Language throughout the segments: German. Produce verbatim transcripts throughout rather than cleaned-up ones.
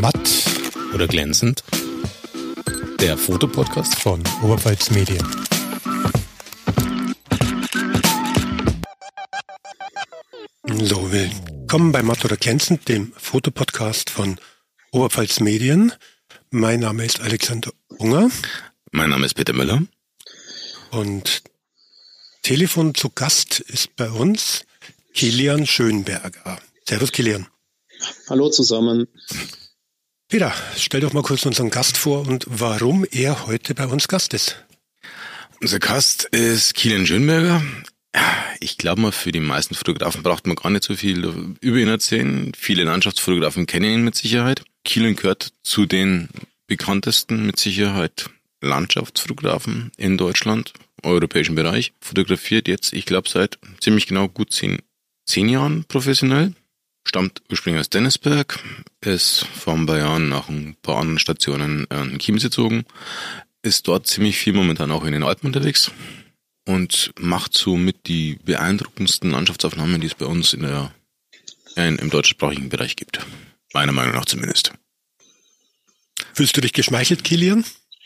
Matt oder glänzend? Der Fotopodcast von Oberpfalz Medien. So, willkommen bei Matt oder glänzend, dem Fotopodcast von Oberpfalz Medien. Mein Name ist Alexander Unger. Mein Name ist Peter Müller. Und Telefon zu Gast ist bei uns Kilian Schönberger. Servus Kilian. Hallo zusammen. Peter, stell doch mal kurz unseren Gast vor und warum er heute bei uns Gast ist. Unser Gast ist Kilian Schönberger. Ich glaube mal, für die meisten Fotografen braucht man gar nicht so viel über ihn erzählen. Viele Landschaftsfotografen kennen ihn mit Sicherheit. Kilian gehört zu den bekanntesten mit Sicherheit Landschaftsfotografen in Deutschland, europäischen Bereich. Fotografiert jetzt, ich glaube, seit ziemlich genau gut zehn, zehn Jahren professionell. Stammt ursprünglich aus Dennisberg, ist vor ein paar Jahren nach ein paar anderen Stationen in Chiemsee gezogen, ist dort ziemlich viel momentan auch in den Alpen unterwegs und macht somit die beeindruckendsten Landschaftsaufnahmen, die es bei uns in der, in, im deutschsprachigen Bereich gibt. Meiner Meinung nach zumindest. Fühlst du dich geschmeichelt, Kilian?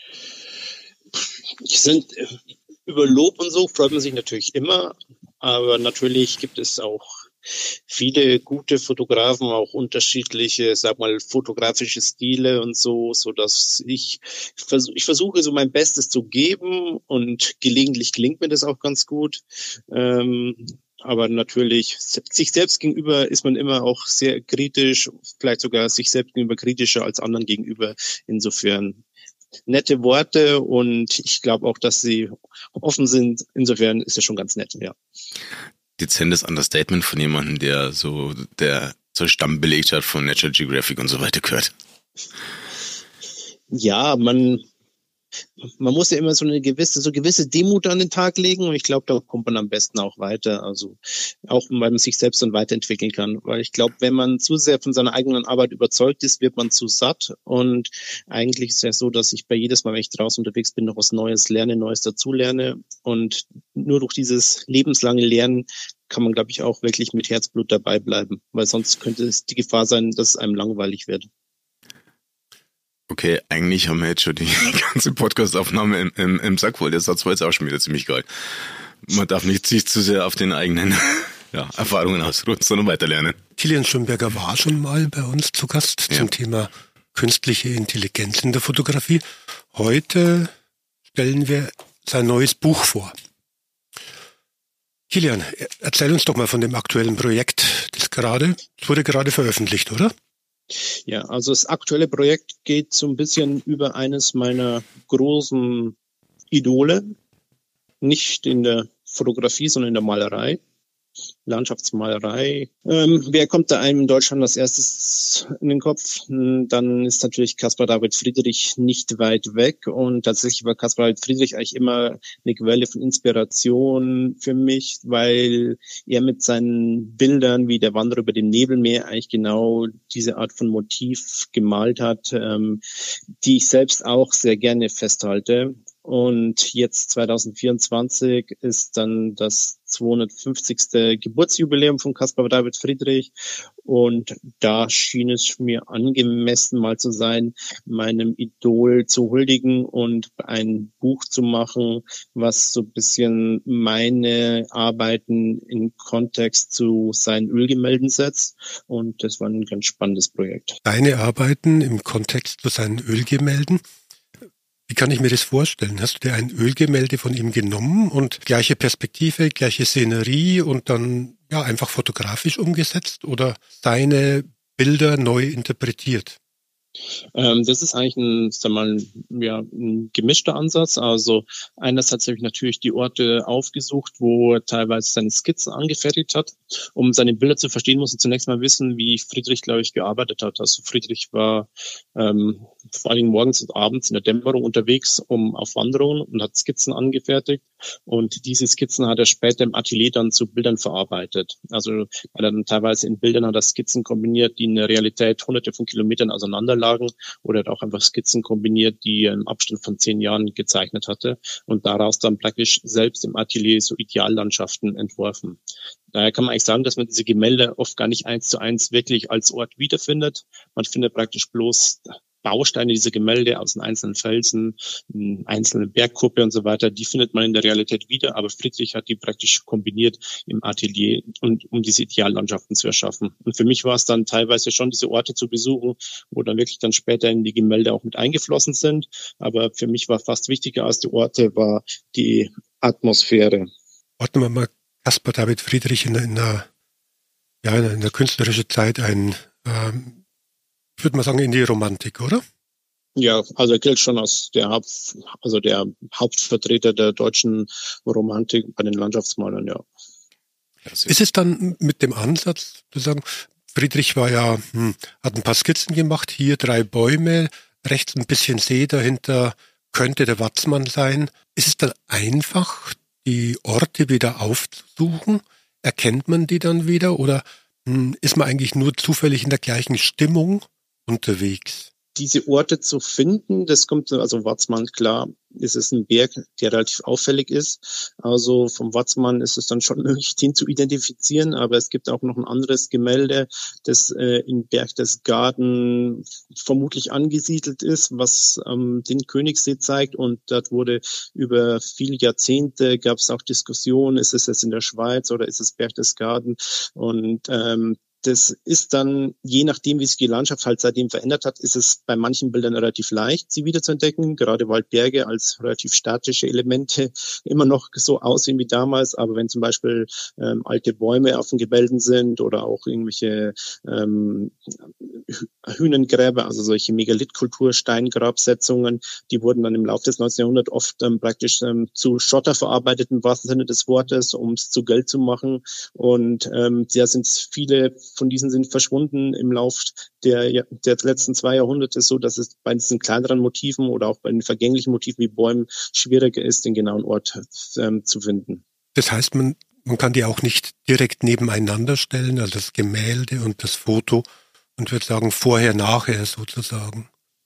Ich sind über Lob und so freut man sich natürlich immer, aber natürlich gibt es auch viele gute Fotografen, auch unterschiedliche, sag mal, fotografische Stile und so, so dass ich versuche, ich versuche so mein Bestes zu geben und gelegentlich gelingt mir das auch ganz gut. Ähm, aber natürlich, sich selbst gegenüber ist man immer auch sehr kritisch, vielleicht sogar sich selbst gegenüber kritischer als anderen gegenüber. Insofern nette Worte und ich glaube auch, dass sie offen sind. Insofern ist das schon ganz nett, ja. Dezentes Understatement von jemandem, der so der zur Stammbelegschaft von Nature Geographic und so weiter gehört. Ja, man man muss ja immer so eine gewisse so gewisse Demut an den Tag legen und ich glaube, da kommt man am besten auch weiter. Also auch, weil man sich selbst dann weiterentwickeln kann. Weil ich glaube, wenn man zu sehr von seiner eigenen Arbeit überzeugt ist, wird man zu satt. Und eigentlich ist es ja so, dass ich bei jedes Mal, wenn ich draußen unterwegs bin, noch was Neues lerne, Neues dazulerne. Und nur durch dieses lebenslange Lernen kann man, glaube ich, auch wirklich mit Herzblut dabei bleiben. Weil sonst könnte es die Gefahr sein, dass es einem langweilig wird. Okay, eigentlich haben wir jetzt schon die ganze Podcast-Aufnahme im, im, im Sack voll. Der Satz war jetzt auch schon wieder ziemlich geil. Man darf nicht sich zu sehr auf den eigenen ja, Erfahrungen ausruhen, sondern weiterlernen. Kilian Schönberger war schon mal bei uns zu Gast ja. zum Thema künstliche Intelligenz in der Fotografie. Heute stellen wir sein neues Buch vor. Kilian, erzähl uns doch mal von dem aktuellen Projekt, das gerade, das wurde gerade veröffentlicht, oder? Ja, also das aktuelle Projekt geht so ein bisschen über eines meiner großen Idole, nicht in der Fotografie, sondern in der Malerei, Landschaftsmalerei. Ähm, wer kommt da einem in Deutschland als erstes in den Kopf? Dann ist natürlich Caspar David Friedrich nicht weit weg und tatsächlich war Caspar David Friedrich eigentlich immer eine Quelle von Inspiration für mich, weil er mit seinen Bildern wie der Wanderer über dem Nebelmeer eigentlich genau diese Art von Motiv gemalt hat, ähm, die ich selbst auch sehr gerne festhalte. Und jetzt zwanzig vierundzwanzig ist dann das zweihundertfünfzigste Geburtsjubiläum von Caspar David Friedrich. Und da schien es mir angemessen mal zu sein, meinem Idol zu huldigen und ein Buch zu machen, was so ein bisschen meine Arbeiten in Kontext zu seinen Ölgemälden setzt. Und das war ein ganz spannendes Projekt. Deine Arbeiten im Kontext zu seinen Ölgemälden? Wie kann ich mir das vorstellen? Hast du dir ein Ölgemälde von ihm genommen und gleiche Perspektive, gleiche Szenerie und dann ja einfach fotografisch umgesetzt oder seine Bilder neu interpretiert? Ähm, das ist eigentlich ein, sag mal, ja, ein gemischter Ansatz. Also einerseits habe ich natürlich die Orte aufgesucht, wo er teilweise seine Skizzen angefertigt hat. Um seine Bilder zu verstehen, muss man zunächst mal wissen, wie Friedrich, glaube ich, gearbeitet hat. Also Friedrich war ähm, vor allem morgens und abends in der Dämmerung unterwegs, um auf Wanderungen und hat Skizzen angefertigt. Und diese Skizzen hat er später im Atelier dann zu Bildern verarbeitet. Also weil er dann teilweise in Bildern hat er Skizzen kombiniert, die in der Realität hunderte von Kilometern auseinander lagen, oder hat auch einfach Skizzen kombiniert, die er im Abstand von zehn Jahren gezeichnet hatte und daraus dann praktisch selbst im Atelier so Ideallandschaften entworfen. Daher kann man eigentlich sagen, dass man diese Gemälde oft gar nicht eins zu eins wirklich als Ort wiederfindet. Man findet praktisch bloß Bausteine dieser Gemälde aus den einzelnen Felsen, einzelne Bergkuppe und so weiter, die findet man in der Realität wieder, aber Friedrich hat die praktisch kombiniert im Atelier, und um diese Ideallandschaften zu erschaffen. Und für mich war es dann teilweise schon, diese Orte zu besuchen, wo dann wirklich dann später in die Gemälde auch mit eingeflossen sind. Aber für mich war fast wichtiger als die Orte, war die Atmosphäre. Ordnen wir mal Caspar David Friedrich in einer, ja, in einer künstlerischen Zeit ein, ähm, ich würde mal sagen, in die Romantik, oder? Ja, also er gilt schon als der, Haupt, also der Hauptvertreter der deutschen Romantik bei den Landschaftsmalern, ja. Ist es dann mit dem Ansatz zu sagen, Friedrich war ja, hm, hat ein paar Skizzen gemacht, hier drei Bäume, rechts ein bisschen See, dahinter könnte der Watzmann sein. Ist es dann einfach, die Orte wieder aufzusuchen? Erkennt man die dann wieder, oder hm, ist man eigentlich nur zufällig in der gleichen Stimmung unterwegs? Diese Orte zu finden, das kommt, also Watzmann, klar, ist es ein Berg, der relativ auffällig ist. Also vom Watzmann ist es dann schon möglich, den zu identifizieren, aber es gibt auch noch ein anderes Gemälde, das äh, in Berchtesgaden vermutlich angesiedelt ist, was ähm, den Königssee zeigt, und dort wurde über viele Jahrzehnte, gab es auch Diskussionen, ist es jetzt in der Schweiz oder ist es Berchtesgaden, und ähm, das ist dann, je nachdem, wie sich die Landschaft halt seitdem verändert hat, ist es bei manchen Bildern relativ leicht, sie wieder zu entdecken. Gerade Waldberge als relativ statische Elemente immer noch so aussehen wie damals. Aber wenn zum Beispiel ähm, alte Bäume auf den Gemälden sind oder auch irgendwelche ähm, Hünengräber, also solche Megalithkultur-Steingrabsetzungen, die wurden dann im Laufe des neunzehnten Jahrhunderts oft ähm, praktisch ähm, zu Schotter verarbeitet, im wahrsten Sinne des Wortes, um es zu Geld zu machen. Und ähm, da sind viele von diesen sind verschwunden im Lauf der, der letzten zwei Jahrhunderte, so dass es bei diesen kleineren Motiven oder auch bei den vergänglichen Motiven wie Bäumen schwieriger ist, den genauen Ort ähm, zu finden. Das heißt, man, man kann die auch nicht direkt nebeneinander stellen, also das Gemälde und das Foto, und würde sagen, vorher, nachher sozusagen.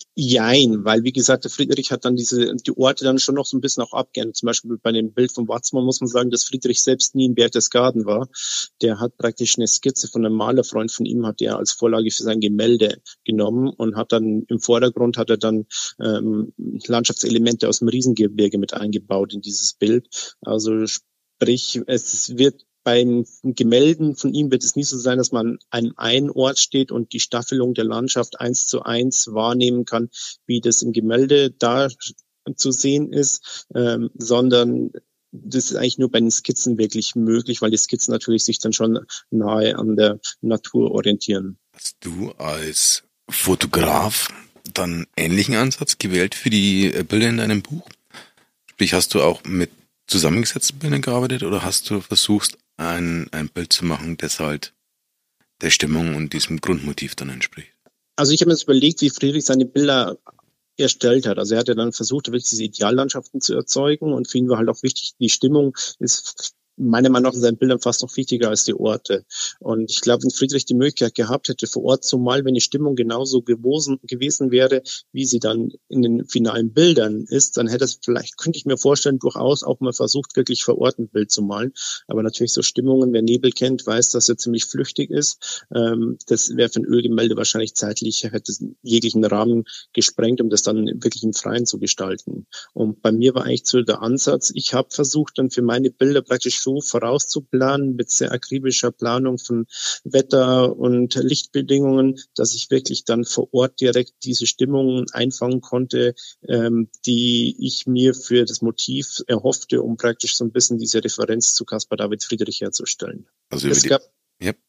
Jein, weil wie gesagt, der Friedrich hat dann diese die Orte dann schon noch so ein bisschen auch abgeändert. Zum Beispiel bei dem Bild von Watzmann muss man sagen, dass Friedrich selbst nie in Berchtesgaden war. Der hat praktisch eine Skizze von einem Malerfreund von ihm, hat er als Vorlage für sein Gemälde genommen und hat dann im Vordergrund hat er dann ähm, Landschaftselemente aus dem Riesengebirge mit eingebaut in dieses Bild. Also sprich, es wird beim Gemälden von ihm wird es nie so sein, dass man an einem Ort steht und die Staffelung der Landschaft eins zu eins wahrnehmen kann, wie das im Gemälde da zu sehen ist, ähm, sondern das ist eigentlich nur bei den Skizzen wirklich möglich, weil die Skizzen natürlich sich dann schon nahe an der Natur orientieren. Hast du als Fotograf dann ähnlichen Ansatz gewählt für die Bilder in deinem Buch? Sprich, hast du auch mit zusammengesetzten Bildern gearbeitet oder hast du versucht, ein, ein Bild zu machen, das halt der Stimmung und diesem Grundmotiv dann entspricht? Also ich habe mir jetzt überlegt, wie Friedrich seine Bilder erstellt hat. Also er hat ja dann versucht, wirklich diese Ideallandschaften zu erzeugen, und für ihn war halt auch wichtig, die Stimmung ist meiner Meinung nach in seinen Bildern fast noch wichtiger als die Orte. Und ich glaube, wenn Friedrich die Möglichkeit gehabt hätte, vor Ort zu malen, wenn die Stimmung genauso gewosen, gewesen wäre, wie sie dann in den finalen Bildern ist, dann hätte es vielleicht, könnte ich mir vorstellen, durchaus auch mal versucht, wirklich vor Ort ein Bild zu malen. Aber natürlich so Stimmungen, wer Nebel kennt, weiß, dass er ziemlich flüchtig ist. Ähm, das wäre für ein Ölgemälde wahrscheinlich zeitlich, hätte jeglichen Rahmen gesprengt, um das dann wirklich im Freien zu gestalten. Und bei mir war eigentlich so der Ansatz, ich habe versucht, dann für meine Bilder praktisch so vorauszuplanen, mit sehr akribischer Planung von Wetter und Lichtbedingungen, dass ich wirklich dann vor Ort direkt diese Stimmungen einfangen konnte, ähm, die ich mir für das Motiv erhoffte, um praktisch so ein bisschen diese Referenz zu Caspar David Friedrich herzustellen. Also es die, gab ja.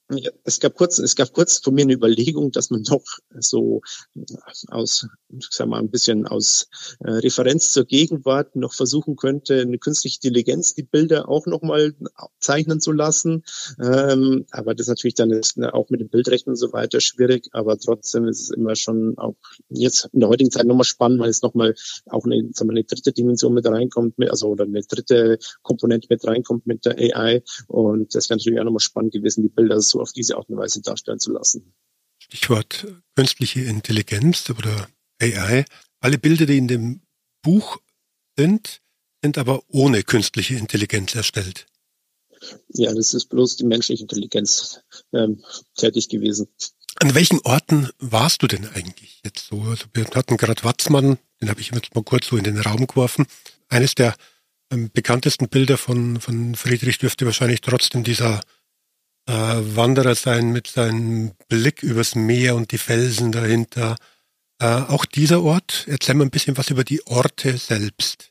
Ja, es gab kurz, es gab kurz von mir eine Überlegung, dass man doch so aus, ich sag mal, ein bisschen aus äh, Referenz zur Gegenwart noch versuchen könnte, eine künstliche Intelligenz die Bilder auch nochmal zeichnen zu lassen. Ähm, aber das ist natürlich dann ist, ne, auch mit dem Bildrechten und so weiter schwierig. Aber trotzdem ist es immer schon auch jetzt in der heutigen Zeit nochmal spannend, weil es nochmal auch eine, sagen wir, eine dritte Dimension mit reinkommt, mit, also oder eine dritte Komponente mit reinkommt mit der A I. Und das wäre natürlich auch nochmal spannend gewesen, die Bilder so auf diese Art und Weise darstellen zu lassen. Stichwort künstliche Intelligenz oder A I. Alle Bilder, die in dem Buch sind, sind aber ohne künstliche Intelligenz erstellt. Ja, das ist bloß die menschliche Intelligenz ähm, tätig gewesen. An welchen Orten warst du denn eigentlich jetzt so? Also wir hatten gerade Watzmann, den habe ich jetzt mal kurz so in den Raum geworfen. Eines der ähm, bekanntesten Bilder von, von Friedrich dürfte wahrscheinlich trotzdem dieser Äh, Wanderer sein mit seinem Blick übers Meer und die Felsen dahinter. Äh, auch dieser Ort, erzähl mal ein bisschen was über die Orte selbst.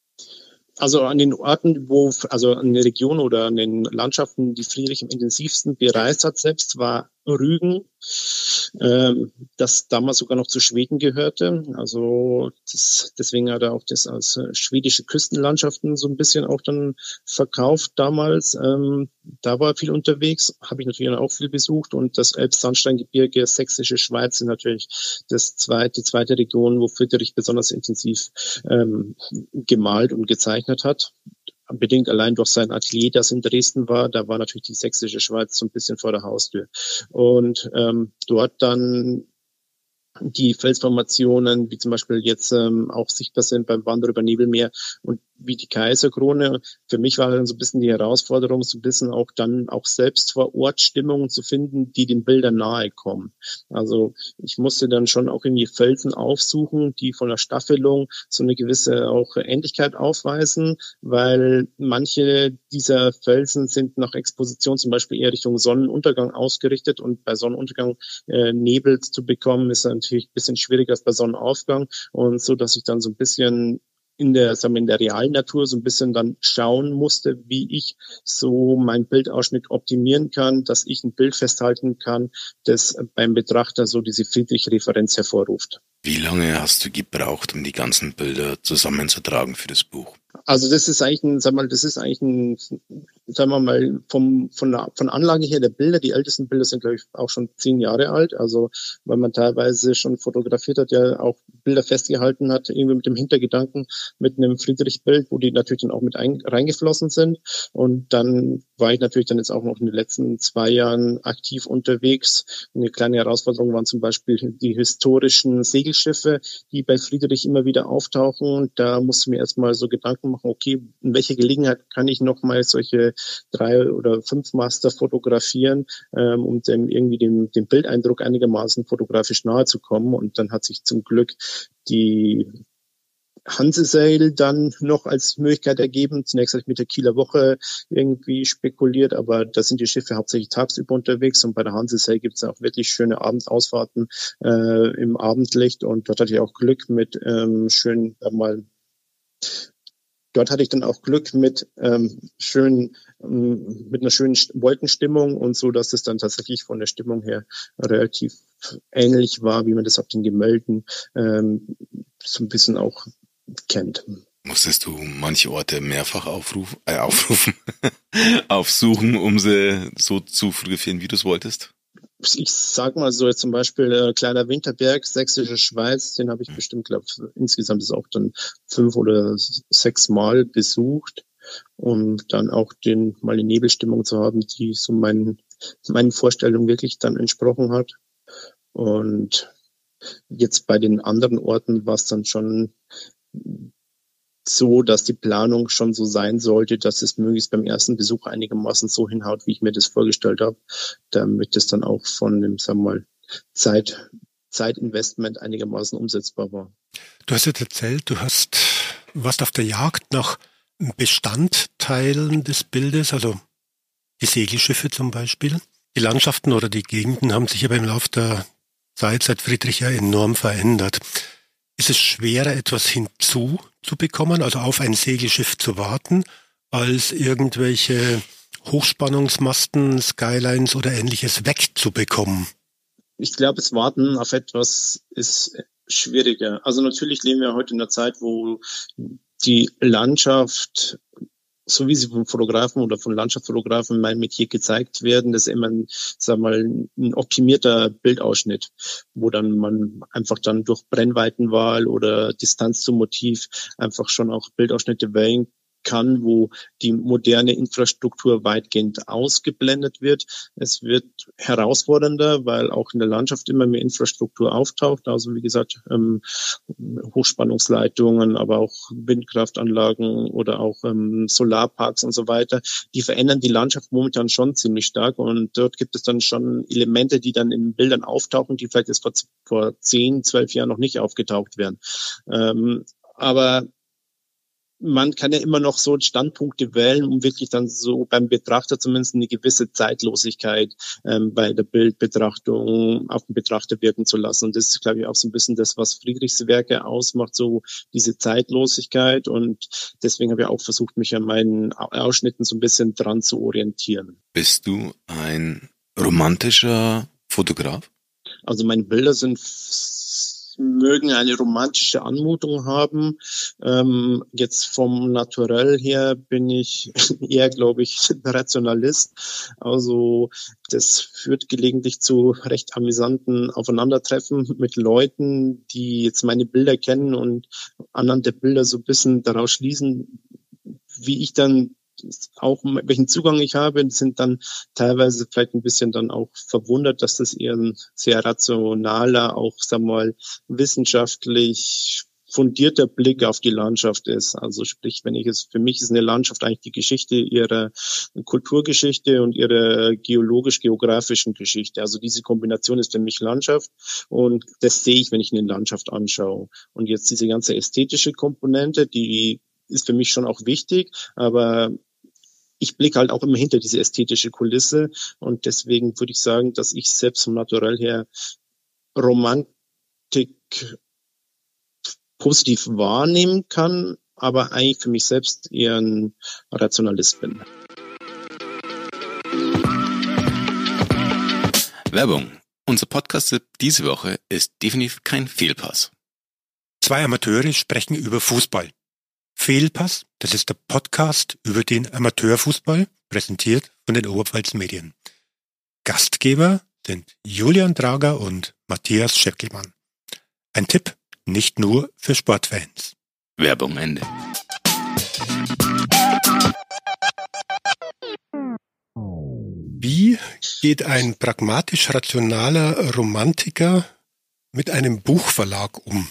Also an den Orten, wo, also an den Regionen oder an den Landschaften, die Friedrich am intensivsten bereist hat selbst, war Rügen, ähm, das damals sogar noch zu Schweden gehörte. Also das, deswegen hat er auch das als äh, schwedische Küstenlandschaften so ein bisschen auch dann verkauft damals. Ähm, da war er viel unterwegs, habe ich natürlich auch viel besucht. Und das Elbsandsteingebirge, Sächsische Schweiz sind natürlich das zweite, die zweite Region, wo Friedrich besonders intensiv ähm, gemalt und gezeichnet hat. Bedingt allein durch sein Atelier, das in Dresden war, da war natürlich die Sächsische Schweiz so ein bisschen vor der Haustür. Und ähm, dort dann die Felsformationen, wie zum Beispiel jetzt ähm, auch sichtbar sind beim Wandern über Nebelmeer und wie die Kaiserkrone. Für mich war dann so ein bisschen die Herausforderung, so ein bisschen auch dann auch selbst vor Ort Stimmungen zu finden, die den Bildern nahe kommen. Also ich musste dann schon auch in die Felsen aufsuchen, die von der Staffelung so eine gewisse auch Ähnlichkeit aufweisen, weil manche dieser Felsen sind nach Exposition zum Beispiel eher Richtung Sonnenuntergang ausgerichtet und bei Sonnenuntergang äh, Nebel zu bekommen, ist natürlich ein bisschen schwieriger als bei Sonnenaufgang und so, dass ich dann so ein bisschen in der, sagen wir, in der realen Natur so ein bisschen dann schauen musste, wie ich so meinen Bildausschnitt optimieren kann, dass ich ein Bild festhalten kann, das beim Betrachter so diese Friedrich-Referenz hervorruft. Wie lange hast du gebraucht, um die ganzen Bilder zusammenzutragen für das Buch? Also das ist eigentlich ein, sag mal, das ist eigentlich ein, sagen wir mal, vom, von der, von Anlage her der Bilder, die ältesten Bilder sind, glaube ich, auch schon zehn Jahre alt, also, weil man teilweise schon fotografiert hat, ja auch Bilder festgehalten hat, irgendwie mit dem Hintergedanken, mit einem Friedrich-Bild, wo die natürlich dann auch mit ein, reingeflossen sind. Und dann war ich natürlich dann jetzt auch noch in den letzten zwei Jahren aktiv unterwegs. Eine kleine Herausforderung waren zum Beispiel die historischen Segelschiffe, die bei Friedrich immer wieder auftauchen. Und da musste ich mir erstmal so Gedanken machen, okay, in welcher Gelegenheit kann ich nochmal solche drei oder fünf Master fotografieren, ähm, um dem irgendwie dem, dem Bildeindruck einigermaßen fotografisch nahe zu kommen. Und dann hat sich zum Glück die Hansesail dann noch als Möglichkeit ergeben. Zunächst habe ich mit der Kieler Woche irgendwie spekuliert, aber da sind die Schiffe hauptsächlich tagsüber unterwegs und bei der Hansesail gibt es auch wirklich schöne Abendausfahrten äh, im Abendlicht und dort hatte ich auch Glück mit ähm, schön äh, mal Dort hatte ich dann auch Glück mit ähm, schönen, ähm, mit einer schönen Wolkenstimmung und so, dass es dann tatsächlich von der Stimmung her relativ ähnlich war, wie man das auf den Gemälden ähm, so ein bisschen auch kennt. Musstest du manche Orte mehrfach aufrufen, äh, aufrufen, aufsuchen, um sie so zu fotografieren, wie du es wolltest? Ich sag mal so, jetzt zum Beispiel äh, Kleiner Winterberg, Sächsische Schweiz, den habe ich bestimmt, glaube ich, insgesamt ist auch dann fünf oder sechs Mal besucht, um dann auch den mal eine Nebelstimmung zu haben, die so meinen meinen Vorstellungen wirklich dann entsprochen hat. Und jetzt bei den anderen Orten war es dann schon so, dass die Planung schon so sein sollte, dass es möglichst beim ersten Besuch einigermaßen so hinhaut, wie ich mir das vorgestellt habe, damit es dann auch von dem, sagen wir mal, Zeit, Zeitinvestment einigermaßen umsetzbar war. Du hast jetzt erzählt, du hast, warst auf der Jagd nach Bestandteilen des Bildes, also die Segelschiffe zum Beispiel. Die Landschaften oder die Gegenden haben sich aber im Laufe der Zeit seit Friedrich ja enorm verändert. Ist es schwerer, etwas hinzuzubekommen, also auf ein Segelschiff zu warten, als irgendwelche Hochspannungsmasten, Skylines oder Ähnliches wegzubekommen? Ich glaube, das Warten auf etwas ist schwieriger. Also natürlich leben wir heute in einer Zeit, wo die Landschaft, so wie sie von Fotografen oder von Landschaftsfotografen in meinem Metier gezeigt werden, das ist immer ein, sag mal, ein optimierter Bildausschnitt, wo dann man einfach dann durch Brennweitenwahl oder Distanz zum Motiv einfach schon auch Bildausschnitte wählen kann, wo die moderne Infrastruktur weitgehend ausgeblendet wird. Es wird herausfordernder, weil auch in der Landschaft immer mehr Infrastruktur auftaucht. Also wie gesagt, ähm, Hochspannungsleitungen, aber auch Windkraftanlagen oder auch ähm, Solarparks und so weiter. Die verändern die Landschaft momentan schon ziemlich stark und dort gibt es dann schon Elemente, die dann in Bildern auftauchen, die vielleicht erst vor, vor zehn, zwölf Jahren noch nicht aufgetaucht wären. Ähm, aber man kann ja immer noch so Standpunkte wählen, um wirklich dann so beim Betrachter zumindest eine gewisse Zeitlosigkeit ähm, bei der Bildbetrachtung auf den Betrachter wirken zu lassen. Und das ist, glaube ich, auch so ein bisschen das, was Friedrichs Werke ausmacht, so diese Zeitlosigkeit. Und deswegen habe ich auch versucht, mich an meinen Ausschnitten so ein bisschen dran zu orientieren. Bist du ein romantischer Fotograf? Also meine Bilder sind mögen eine romantische Anmutung haben. Ähm, jetzt vom Naturell her bin ich eher, glaube ich, Rationalist. Also das führt gelegentlich zu recht amüsanten Aufeinandertreffen mit Leuten, die jetzt meine Bilder kennen und anhand der Bilder so ein bisschen daraus schließen, wie ich dann auch welchen Zugang ich habe, sind dann teilweise vielleicht ein bisschen dann auch verwundert, dass das eher ein sehr rationaler, auch sagen wir mal wissenschaftlich fundierter Blick auf die Landschaft ist. Also sprich, wenn ich es, für mich ist eine Landschaft eigentlich die Geschichte ihrer Kulturgeschichte und ihrer geologisch-geografischen Geschichte. Also diese Kombination ist für mich Landschaft und das sehe ich, wenn ich eine Landschaft anschaue. Und jetzt diese ganze ästhetische Komponente, die ist für mich schon auch wichtig, aber ich blicke halt auch immer hinter diese ästhetische Kulisse und deswegen würde ich sagen, dass ich selbst vom Naturell her Romantik positiv wahrnehmen kann, aber eigentlich für mich selbst eher ein Rationalist bin. Werbung. Unser Podcast diese Woche ist definitiv kein Fehlpass. Zwei Amateure sprechen über Fußball. Fehlpass, das ist der Podcast über den Amateurfußball, präsentiert von den Oberpfalz Medien. Gastgeber sind Julian Drager und Matthias Scheckelmann. Ein Tipp nicht nur für Sportfans. Werbung Ende. Wie geht ein pragmatisch-rationaler Romantiker mit einem Buchverlag um,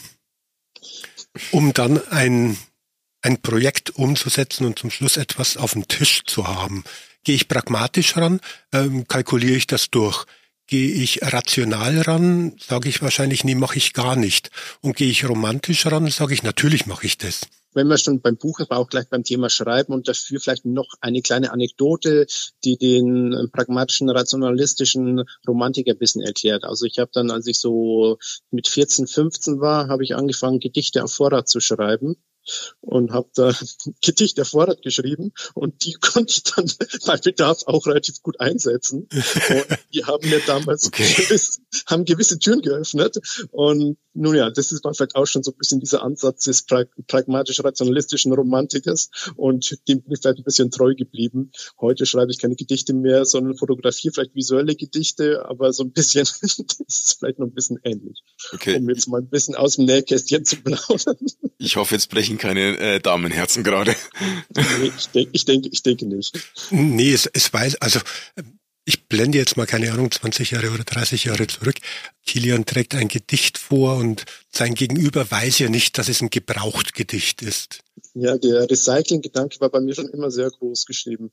um dann ein ein Projekt umzusetzen und zum Schluss etwas auf dem Tisch zu haben? Gehe ich pragmatisch ran? Ähm, kalkuliere ich das durch? Gehe ich rational ran? Sage ich wahrscheinlich, nee, mache ich gar nicht. Und gehe ich romantisch ran? Sage ich, natürlich mache ich das. Wenn wir schon beim Buch, aber auch gleich beim Thema Schreiben und dafür vielleicht noch eine kleine Anekdote, die den pragmatischen, rationalistischen Romantiker ein bisschen erklärt. Also ich habe dann, als ich so mit vierzehn, fünfzehn war, habe ich angefangen, Gedichte auf Vorrat zu schreiben. Und habe da Gedichte auf Vorrat geschrieben und die konnte ich dann bei Bedarf auch relativ gut einsetzen. Und die haben mir damals okay. gewiss, haben gewisse Türen geöffnet. Und nun ja, das ist vielleicht auch schon so ein bisschen dieser Ansatz des pragmatisch-rationalistischen Romantikers und dem bin ich vielleicht ein bisschen treu geblieben. Heute schreibe ich keine Gedichte mehr, sondern fotografiere vielleicht visuelle Gedichte, aber so ein bisschen, das ist vielleicht noch ein bisschen ähnlich. Okay. Um jetzt mal ein bisschen aus dem Nähkästchen zu plaudern. Ich hoffe, jetzt brechen keine äh, Damenherzen gerade. Nee, ich denke, ich denke, ich denke nicht. Nee, es, es weiß, also ich blende jetzt mal, keine Ahnung, zwanzig Jahre oder dreißig Jahre zurück. Kilian trägt ein Gedicht vor und sein Gegenüber weiß ja nicht, dass es ein Gebrauchtgedicht ist. Ja, der Recycling-Gedanke war bei mir schon immer sehr groß geschrieben.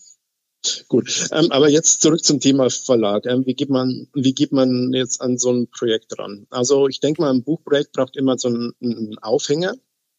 Gut, ähm, aber jetzt zurück zum Thema Verlag. Ähm, wie geht man, wie geht man jetzt an so ein Projekt ran? Also ich denke mal, ein Buchprojekt braucht immer so einen, einen Aufhänger.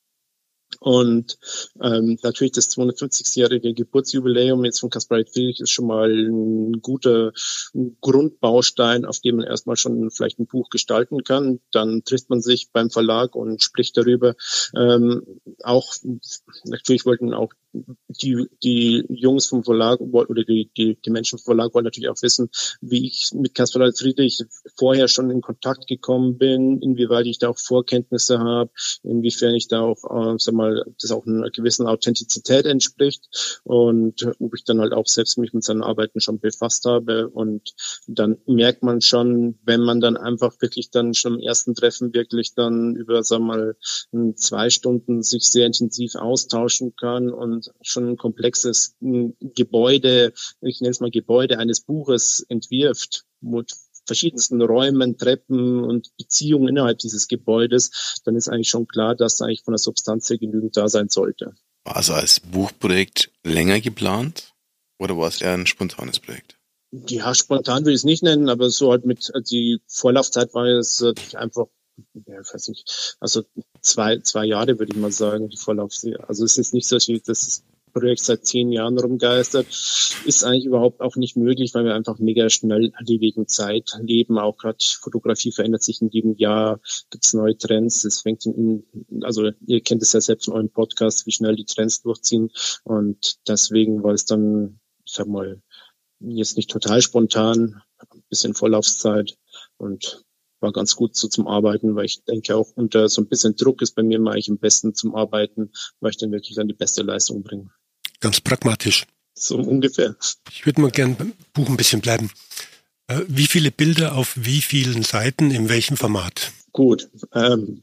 Und ähm, natürlich das zweihundertfünfzigjährige Geburtsjubiläum jetzt von Caspar Friedrich ist schon mal ein guter Grundbaustein, auf dem man erstmal schon vielleicht ein Buch gestalten kann. Dann trifft man sich beim Verlag und spricht darüber. Ähm, auch natürlich wollten auch die, die Jungs vom Verlag oder die, die, die Menschen vom Verlag wollen natürlich auch wissen, wie ich mit Caspar David Friedrich vorher schon in Kontakt gekommen bin, inwieweit ich da auch Vorkenntnisse habe, inwiefern ich da auch, äh, sag mal, das auch einer gewissen Authentizität entspricht und äh, ob ich dann halt auch selbst mich mit seinen Arbeiten schon befasst habe. Und dann merkt man schon, wenn man dann einfach wirklich dann schon im ersten Treffen wirklich dann über, sag mal, zwei Stunden sich sehr intensiv austauschen kann und schon ein komplexes Gebäude, ich nenne es mal Gebäude eines Buches entwirft, mit verschiedensten Räumen, Treppen und Beziehungen innerhalb dieses Gebäudes, dann ist eigentlich schon klar, dass eigentlich von der Substanz her genügend da sein sollte. War es als Buchprojekt länger geplant oder war es eher ein spontanes Projekt? Ja, spontan würde ich es nicht nennen, aber so halt mit, die Vorlaufzeit war es einfach, ja, ich weiß nicht, also zwei, zwei Jahre würde ich mal sagen, die Vorlaufzeit. Also es ist nicht so, dass das Projekt seit zehn Jahren rumgeistert, ist eigentlich überhaupt auch nicht möglich, weil wir einfach mega schnell lebendigen Zeit leben. Auch gerade Fotografie verändert sich in jedem Jahr, gibt es neue Trends. Es fängt in, also ihr kennt es ja selbst in eurem Podcast, wie schnell die Trends durchziehen. Und deswegen war es dann, ich sag mal, jetzt nicht total spontan, ein bisschen Vorlaufzeit und war ganz gut so zum Arbeiten, weil ich denke auch unter so ein bisschen Druck ist bei mir mal eigentlich am besten zum Arbeiten, weil ich dann wirklich dann die beste Leistung bringe. Ganz pragmatisch. So ungefähr. Ich würde mal gerne beim Buch ein bisschen bleiben. Wie viele Bilder auf wie vielen Seiten, in welchem Format? Gut. Ähm,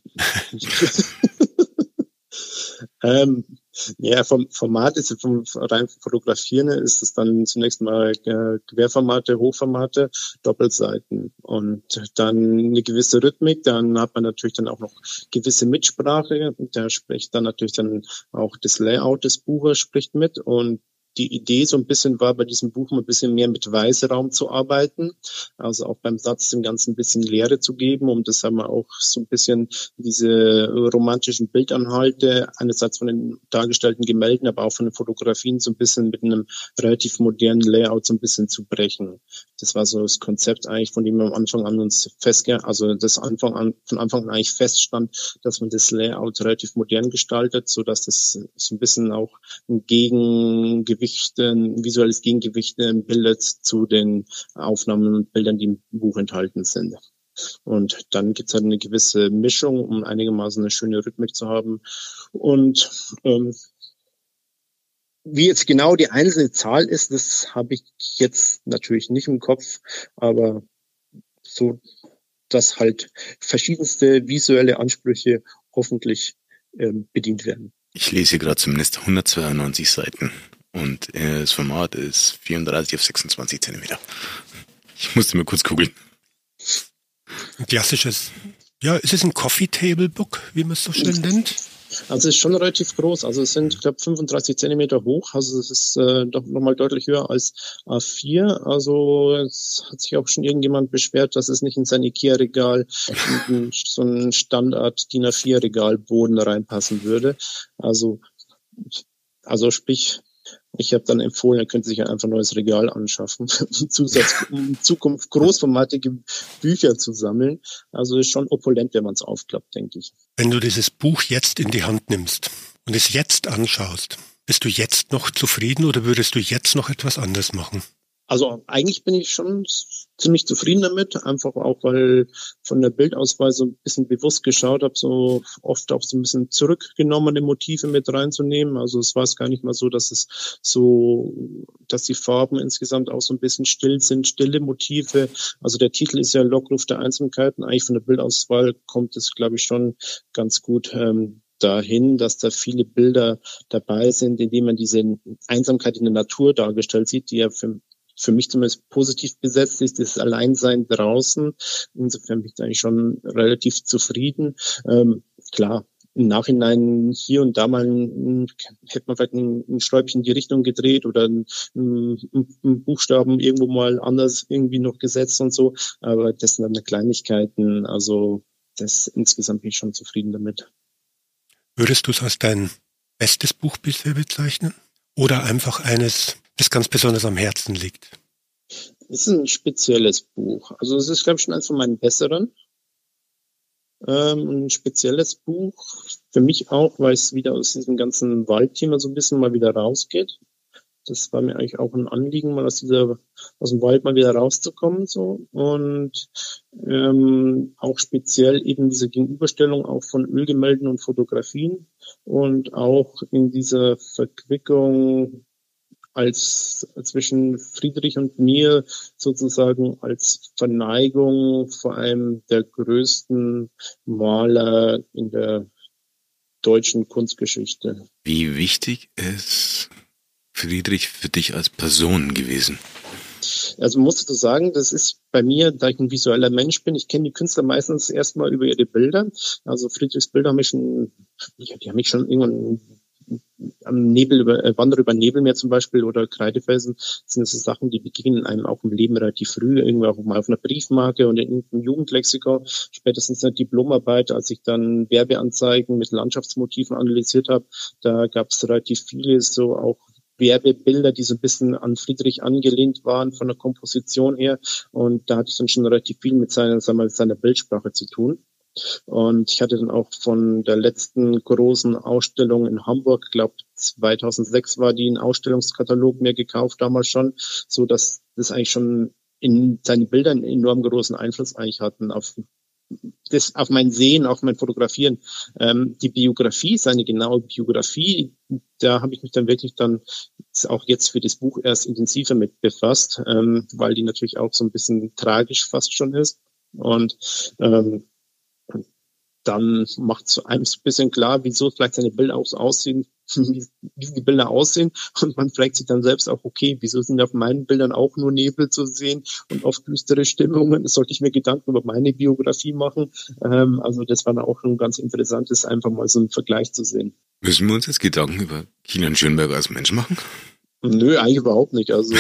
ähm, ja, vom Format ist vom rein Fotografieren ist es dann zunächst mal äh, Querformate, Hochformate, Doppelseiten und dann eine gewisse Rhythmik. Dann hat man natürlich dann auch noch gewisse Mitsprache. Da spricht dann natürlich dann auch das Layout des Buches spricht mit und die Idee so ein bisschen war, bei diesem Buch ein bisschen mehr mit Weißraum zu arbeiten, also auch beim Satz dem Ganzen ein bisschen Leere zu geben, um das haben wir auch so ein bisschen diese romantischen Bildanhalte, einerseits von den dargestellten Gemälden, aber auch von den Fotografien so ein bisschen mit einem relativ modernen Layout so ein bisschen zu brechen. Das war so das Konzept eigentlich, von dem wir am Anfang an uns festge, also das Anfang an, von Anfang an eigentlich feststand, dass man das Layout relativ modern gestaltet, so dass das so ein bisschen auch ein Gegengewicht ein visuelles Gegengewicht bildet zu den Aufnahmen und Bildern, die im Buch enthalten sind. Und dann gibt es halt eine gewisse Mischung, um einigermaßen eine schöne Rhythmik zu haben. Und ähm, wie jetzt genau die einzelne Zahl ist, das habe ich jetzt natürlich nicht im Kopf, aber so, dass halt verschiedenste visuelle Ansprüche hoffentlich ähm, bedient werden. Ich lese gerade zumindest hundertzweiundneunzig Seiten. Und äh, das Format ist vierunddreißig auf sechsundzwanzig Zentimeter. Ich musste mir kurz googeln. Ein klassisches, ja, ist es ein Coffee Table Book, wie man es so schön nennt? Also es ist schon relativ groß. Also es sind, ich glaube, fünfunddreißig Zentimeter hoch. Also es ist äh, doch nochmal deutlich höher als A vier. Also es hat sich auch schon irgendjemand beschwert, dass es nicht in sein Ikea-Regal in so ein Standard D I N A vier Regalboden reinpassen würde. Also, also sprich, ich habe dann empfohlen, er könnte sich einfach ein neues Regal anschaffen, um, Zusatz, um in Zukunft großformatige Bücher zu sammeln. Also ist schon opulent, wenn man es aufklappt, denke ich. Wenn du dieses Buch jetzt in die Hand nimmst und es jetzt anschaust, bist du jetzt noch zufrieden oder würdest du jetzt noch etwas anderes machen? Also eigentlich bin ich schon ziemlich zufrieden damit, einfach auch, weil von der Bildauswahl so ein bisschen bewusst geschaut habe, so oft auch so ein bisschen zurückgenommene Motive mit reinzunehmen. Also es war es gar nicht mal so, dass es so, dass die Farben insgesamt auch so ein bisschen still sind, stille Motive. Also der Titel ist ja Lockruf der Einsamkeiten. Eigentlich von der Bildauswahl kommt es, glaube ich, schon ganz gut ähm, dahin, dass da viele Bilder dabei sind, in denen man diese Einsamkeit in der Natur dargestellt sieht, die ja für für mich zumindest positiv besetzt ist, das Alleinsein draußen. Insofern bin ich eigentlich schon relativ zufrieden. Ähm, klar, im Nachhinein hier und da mal ein, hätte man vielleicht ein, ein Schräubchen in die Richtung gedreht oder ein, ein, ein Buchstaben irgendwo mal anders irgendwie noch gesetzt und so. Aber das sind dann Kleinigkeiten. Also das insgesamt bin ich schon zufrieden damit. Würdest du es als dein bestes Buch bisher bezeichnen? Oder einfach eines, das ganz besonders am Herzen liegt? Es ist ein spezielles Buch. Also es ist, glaube ich, schon eines von meinen besseren. Ähm, ein spezielles Buch, für mich auch, weil es wieder aus diesem ganzen Waldthema so ein bisschen mal wieder rausgeht. Das war mir eigentlich auch ein Anliegen, mal aus dieser, aus dem Wald mal wieder rauszukommen, so. Und, ähm, auch speziell eben diese Gegenüberstellung auch von Ölgemälden und Fotografien und auch in dieser Verquickung als zwischen Friedrich und mir sozusagen als Verneigung vor allem der größten Maler in der deutschen Kunstgeschichte. Wie wichtig ist Friedrich für dich als Person gewesen? Also musst du sagen, das ist bei mir, da ich ein visueller Mensch bin, ich kenne die Künstler meistens erstmal über ihre Bilder. Also Friedrichs Bilder haben mich schon, ja, die haben mich schon irgendwann am Nebel über, äh, Wander über Nebelmeer zum Beispiel oder Kreidefelsen, sind das so Sachen, die begegnen einem auch im Leben relativ früh, irgendwie auch mal auf einer Briefmarke und in irgendeinem Jugendlexikon, spätestens in der Diplomarbeit, als ich dann Werbeanzeigen mit Landschaftsmotiven analysiert habe, da gab es relativ viele so auch Werbebilder, die so ein bisschen an Friedrich angelehnt waren von der Komposition her, und da hatte ich dann schon relativ viel mit seiner, sagen wir mal, seiner Bildsprache zu tun. Und ich hatte dann auch von der letzten großen Ausstellung in Hamburg, glaube zweitausendsechs war die, ein Ausstellungskatalog mir gekauft damals schon, so dass das eigentlich schon in seinen Bildern einen enorm großen Einfluss eigentlich hatten auf das, auf mein Sehen, auf mein Fotografieren. Ähm, die Biografie, seine genaue Biografie, da habe ich mich dann wirklich dann auch jetzt für das Buch erst intensiver mit befasst, ähm, weil die natürlich auch so ein bisschen tragisch fast schon ist. Und ähm, dann macht es einem so ein bisschen klar, wieso vielleicht seine Bilder auch so aussehen, wie, wie die Bilder aussehen. Und man fragt sich dann selbst auch, okay, wieso sind auf meinen Bildern auch nur Nebel zu sehen und oft düstere Stimmungen? Sollte ich mir Gedanken über meine Biografie machen? Ähm, also das war dann auch schon ganz interessant, das einfach mal so einen Vergleich zu sehen. Müssen wir uns jetzt Gedanken über Kilian Schönberger als Mensch machen? Nö, eigentlich überhaupt nicht. Also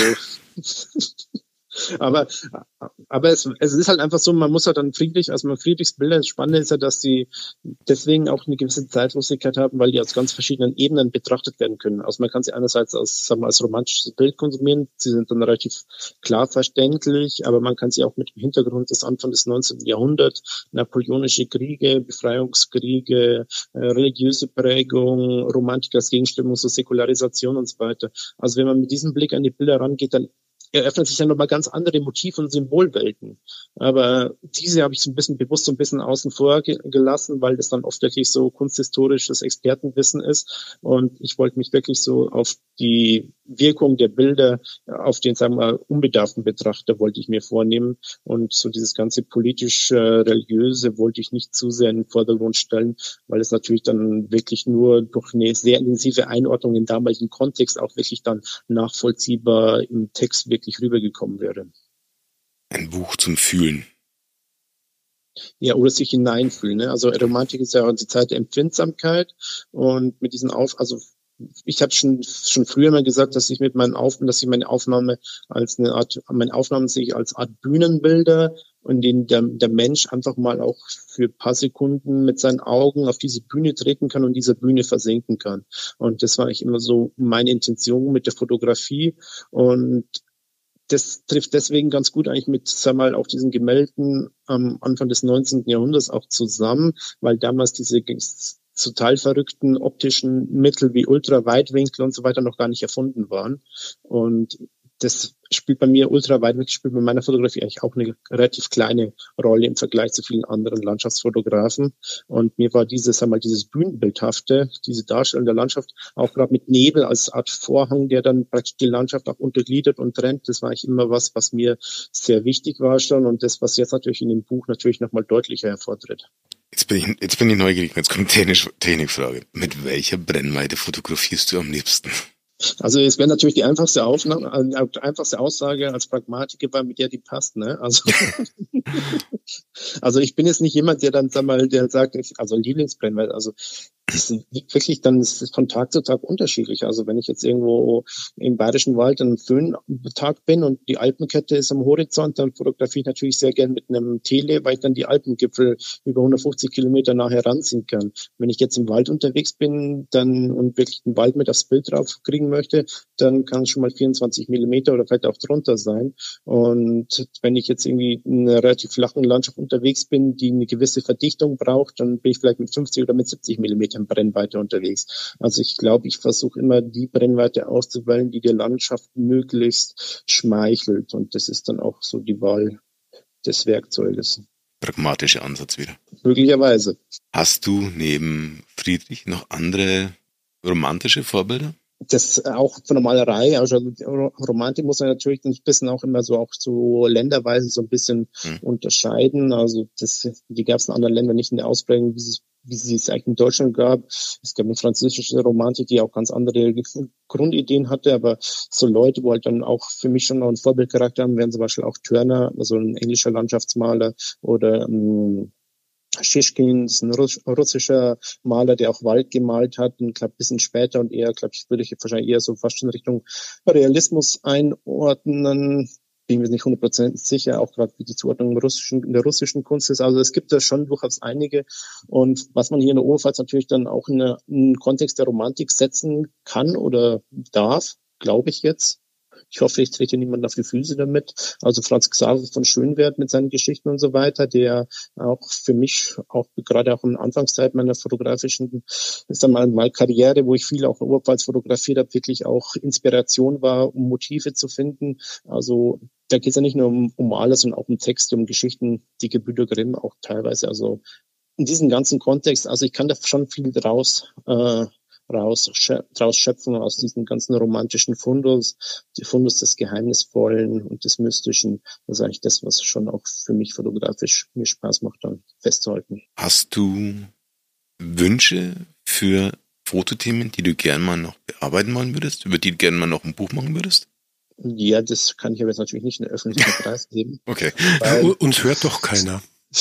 Aber, aber es, es ist halt einfach so, man muss halt dann Friedrich, also man Friedrichs Bilder, das Spannende ist ja, dass sie deswegen auch eine gewisse Zeitlosigkeit haben, weil die aus ganz verschiedenen Ebenen betrachtet werden können. Also man kann sie einerseits als, sagen wir, als romantisches Bild konsumieren, sie sind dann relativ klar verständlich, aber man kann sie auch mit dem Hintergrund des Anfang des neunzehnten Jahrhunderts, napoleonische Kriege, Befreiungskriege, äh, religiöse Prägung, Romantik als Gegenstimmung zur Säkularisation und so weiter. Also wenn man mit diesem Blick an die Bilder rangeht, dann eröffnet sich dann nochmal ganz andere Motiv- und Symbolwelten. Aber diese habe ich so ein bisschen bewusst so ein bisschen außen vor ge- gelassen, weil das dann oft wirklich so kunsthistorisches Expertenwissen ist. Und ich wollte mich wirklich so auf die Wirkung der Bilder, auf den, sagen wir mal, unbedarften Betrachter wollte ich mir vornehmen. Und so dieses ganze politisch-religiöse wollte ich nicht zu sehr in den Vordergrund stellen, weil es natürlich dann wirklich nur durch eine sehr intensive Einordnung im damaligen Kontext auch wirklich dann nachvollziehbar im Text wirklich rübergekommen wäre. Ein Buch zum Fühlen. Ja, oder sich hineinfühlen. Ne? Also Romantik ist ja die Zeit der Empfindsamkeit, und mit diesen Auf, also ich habe schon schon früher mal gesagt, dass ich mit meinen Aufnahmen, dass ich meine Aufnahme als eine Art, meine Aufnahmen sehe ich als Art Bühnenbilder, in denen der, der Mensch einfach mal auch für ein paar Sekunden mit seinen Augen auf diese Bühne treten kann und dieser Bühne versinken kann. Und das war eigentlich immer so meine Intention mit der Fotografie. Und das trifft deswegen ganz gut eigentlich mit, sag mal, auch diesen Gemälden am Anfang des neunzehnten Jahrhunderts auch zusammen, weil damals diese total verrückten optischen Mittel wie Ultraweitwinkel und so weiter noch gar nicht erfunden waren. Und das spielt bei mir, Ultraweitwinkel spielt bei meiner Fotografie eigentlich auch eine relativ kleine Rolle im Vergleich zu vielen anderen Landschaftsfotografen. Und mir war dieses, einmal dieses Bühnenbildhafte, diese Darstellung der Landschaft, auch gerade mit Nebel als Art Vorhang, der dann praktisch die Landschaft auch untergliedert und trennt. Das war eigentlich immer was, was mir sehr wichtig war schon, und das, was jetzt natürlich in dem Buch natürlich nochmal deutlicher hervortritt. Jetzt bin ich, jetzt bin ich neugierig. Jetzt kommt eine Technikfrage. Mit welcher Brennweite fotografierst du am liebsten? Also es wäre natürlich die einfachste Aufnahme, also die einfachste Aussage als Pragmatiker, weil mit der die passt, ne? Also, also ich bin jetzt nicht jemand, der dann, sag mal, der sagt, also Lieblingsbrennweite, also Das ist wirklich dann ist es von Tag zu Tag unterschiedlich. Also wenn ich jetzt irgendwo im Bayerischen Wald an einem Föhntag bin und die Alpenkette ist am Horizont, dann fotografiere ich natürlich sehr gern mit einem Tele, weil ich dann die Alpengipfel über hundertfünfzig Kilometer nachher ranziehen kann. Wenn ich jetzt im Wald unterwegs bin dann und wirklich den Wald mit aufs Bild drauf kriegen möchte, dann kann es schon mal vierundzwanzig Millimeter oder vielleicht auch drunter sein. Und wenn ich jetzt irgendwie in einer relativ flachen Landschaft unterwegs bin, die eine gewisse Verdichtung braucht, dann bin ich vielleicht mit fünfzig oder mit siebzig Millimeter Brennweite unterwegs. Also ich glaube, ich versuche immer die Brennweite auszuwählen, die der Landschaft möglichst schmeichelt. Und das ist dann auch so die Wahl des Werkzeuges. Pragmatischer Ansatz wieder. Möglicherweise. Hast du neben Friedrich noch andere romantische Vorbilder? Das auch von der Malerei, also Romantik muss man natürlich ein bisschen auch immer so auch so länderweise so ein bisschen hm. unterscheiden. Also das, die gab es in anderen Ländern nicht in der Ausprägung, wie sie, wie sie es eigentlich in Deutschland gab. Es gab eine französische Romantik, die auch ganz andere Grundideen hatte, aber so Leute, wo halt dann auch für mich schon noch einen Vorbildcharakter haben, wären zum Beispiel auch Turner, also ein englischer Landschaftsmaler, oder ähm, Schischkin ist ein russischer Maler, der auch Wald gemalt hat, und glaube ein bisschen später und eher, glaube ich, würde ich wahrscheinlich eher so fast schon Richtung Realismus einordnen. Bin mir nicht hundert Prozent sicher, auch gerade wie die Zuordnung im russischen, in der russischen Kunst ist. Also es gibt da schon durchaus einige. Und was man hier in der Oberpfalz natürlich dann auch in einen Kontext der Romantik setzen kann oder darf, glaube ich jetzt. Ich hoffe, ich trete niemanden auf die Füße damit. Also Franz Xaver von Schönwerth mit seinen Geschichten und so weiter, der auch für mich, auch gerade auch in der Anfangszeit meiner fotografischen, ist dann mal, mal Karriere, wo ich viel auch in Oberpfalz fotografiert habe, wirklich auch Inspiration war, um Motive zu finden. Also da geht es ja nicht nur um, um Maler, sondern auch um Texte, um Geschichten, die Gebrüder Grimm auch teilweise. Also in diesem ganzen Kontext, also ich kann da schon viel draus äh, raus, draus schöpfen aus diesem ganzen romantischen Fundus, die Fundus des Geheimnisvollen und des Mystischen. Das ist eigentlich das, was schon auch für mich fotografisch mir Spaß macht, dann festzuhalten. Hast du Wünsche für Fotothemen, die du gerne mal noch bearbeiten wollen würdest, über die du gerne mal noch ein Buch machen würdest? Ja, das kann ich aber jetzt natürlich nicht in der Öffentlichkeit preisgeben. Okay. Weil uns hört doch keiner.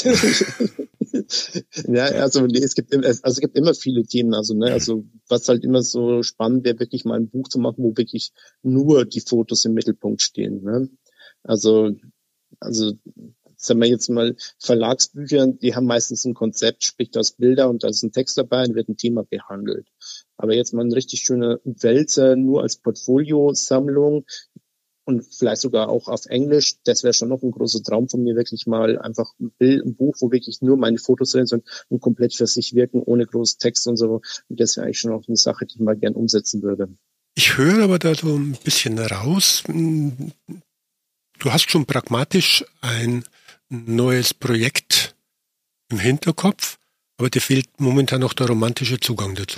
Ja, also nee, es gibt also es gibt immer viele Themen, also ne, also was halt immer so spannend wäre, wirklich mal ein Buch zu machen, wo wirklich nur die Fotos im Mittelpunkt stehen, ne? Also also sagen wir jetzt mal Verlagsbücher, die haben meistens ein Konzept, spricht aus Bilder und da ist ein Text dabei und wird ein Thema behandelt. Aber jetzt mal ein richtig schöner Wälzer nur als Portfoliosammlung und vielleicht sogar auch auf Englisch, das wäre schon noch ein großer Traum von mir, wirklich mal einfach ein Bild, ein Buch, wo wirklich nur meine Fotos drin sind und komplett für sich wirken, ohne großen Text und so. Und das wäre eigentlich schon auch eine Sache, die ich mal gern umsetzen würde. Ich höre aber da so ein bisschen raus. Du hast schon pragmatisch ein neues Projekt im Hinterkopf, aber dir fehlt momentan noch der romantische Zugang dazu.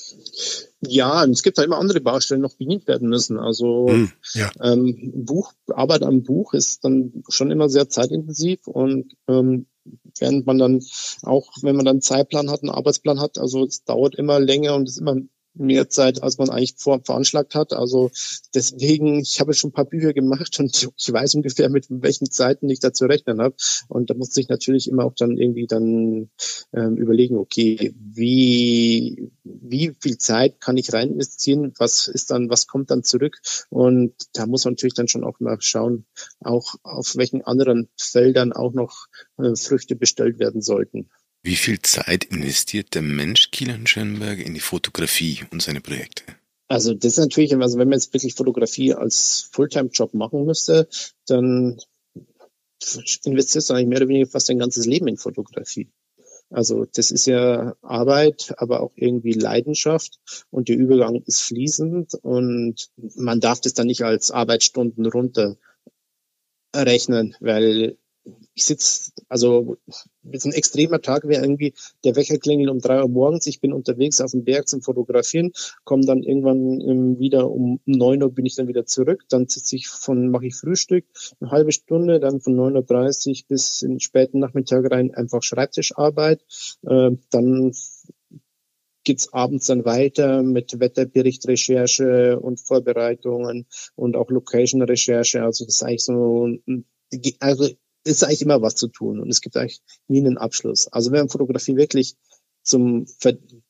Ja, es gibt halt immer andere Baustellen noch bedient werden müssen. Also hm, ja. ähm, Buch, Arbeit am Buch ist dann schon immer sehr zeitintensiv und ähm, während man dann auch, wenn man dann einen Zeitplan hat, einen Arbeitsplan hat, also es dauert immer länger und es ist immer mehr Zeit, als man eigentlich vor, veranschlagt hat. Also deswegen, ich habe schon ein paar Bücher gemacht und ich weiß ungefähr, mit welchen Zeiten ich da zu rechnen habe. Und da muss ich natürlich immer auch dann irgendwie dann ähm, überlegen, okay, wie wie viel Zeit kann ich rein investieren? Was ist dann, was kommt dann zurück? Und da muss man natürlich dann schon auch mal schauen, auch auf welchen anderen Feldern auch noch äh, Früchte bestellt werden sollten. Wie viel Zeit investiert der Mensch Kilian Schönberger in die Fotografie und seine Projekte? Also das ist natürlich, also wenn man jetzt wirklich Fotografie als Fulltime-Job machen müsste, dann investiert man eigentlich mehr oder weniger fast ein ganzes Leben in Fotografie. Also das ist ja Arbeit, aber auch irgendwie Leidenschaft und der Übergang ist fließend und man darf das dann nicht als Arbeitsstunden runterrechnen, weil ich sitze, also jetzt ein extremer Tag wäre irgendwie, der Wecker klingelt um drei Uhr morgens, ich bin unterwegs auf dem Berg zum Fotografieren, komme dann irgendwann ähm, wieder um neun Uhr bin ich dann wieder zurück, dann sitze ich von, mache ich Frühstück, eine halbe Stunde, dann von neun Uhr dreißig bis in den späten Nachmittag rein einfach Schreibtischarbeit, äh, dann geht's abends dann weiter mit Wetterberichtrecherche und Vorbereitungen und auch Location-Recherche, also das ist eigentlich so, also ist eigentlich immer was zu tun und es gibt eigentlich nie einen Abschluss. Also wenn man Fotografie wirklich zum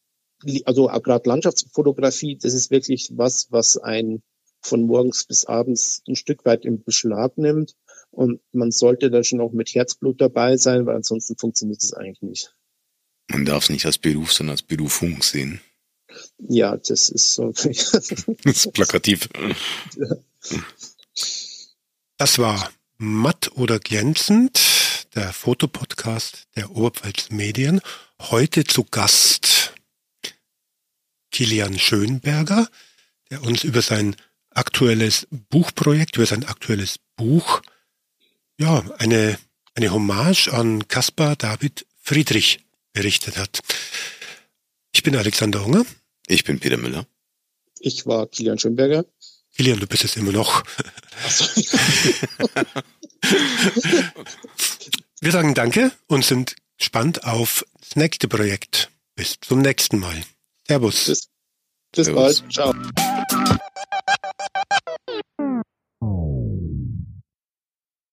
also gerade Landschaftsfotografie, das ist wirklich was, was ein von morgens bis abends ein Stück weit im Beschlag nimmt. Und man sollte da schon auch mit Herzblut dabei sein, weil ansonsten funktioniert es eigentlich nicht. Man darf es nicht als Beruf, sondern als Berufung sehen. Ja, das ist so. Das ist plakativ. Das war Matt oder glänzend, der Fotopodcast der Oberpfalz Medien. Heute zu Gast Kilian Schönberger, der uns über sein aktuelles Buchprojekt, über sein aktuelles Buch, ja, eine, eine Hommage an Caspar David Friedrich berichtet hat. Ich bin Alexander Unger. Ich bin Peter Müller. Ich war Kilian Schönberger. Kilian, du bist es immer noch. Ach so. Wir sagen Danke und sind gespannt auf das nächste Projekt. Bis zum nächsten Mal. Servus. Bis, bis bald. Ciao.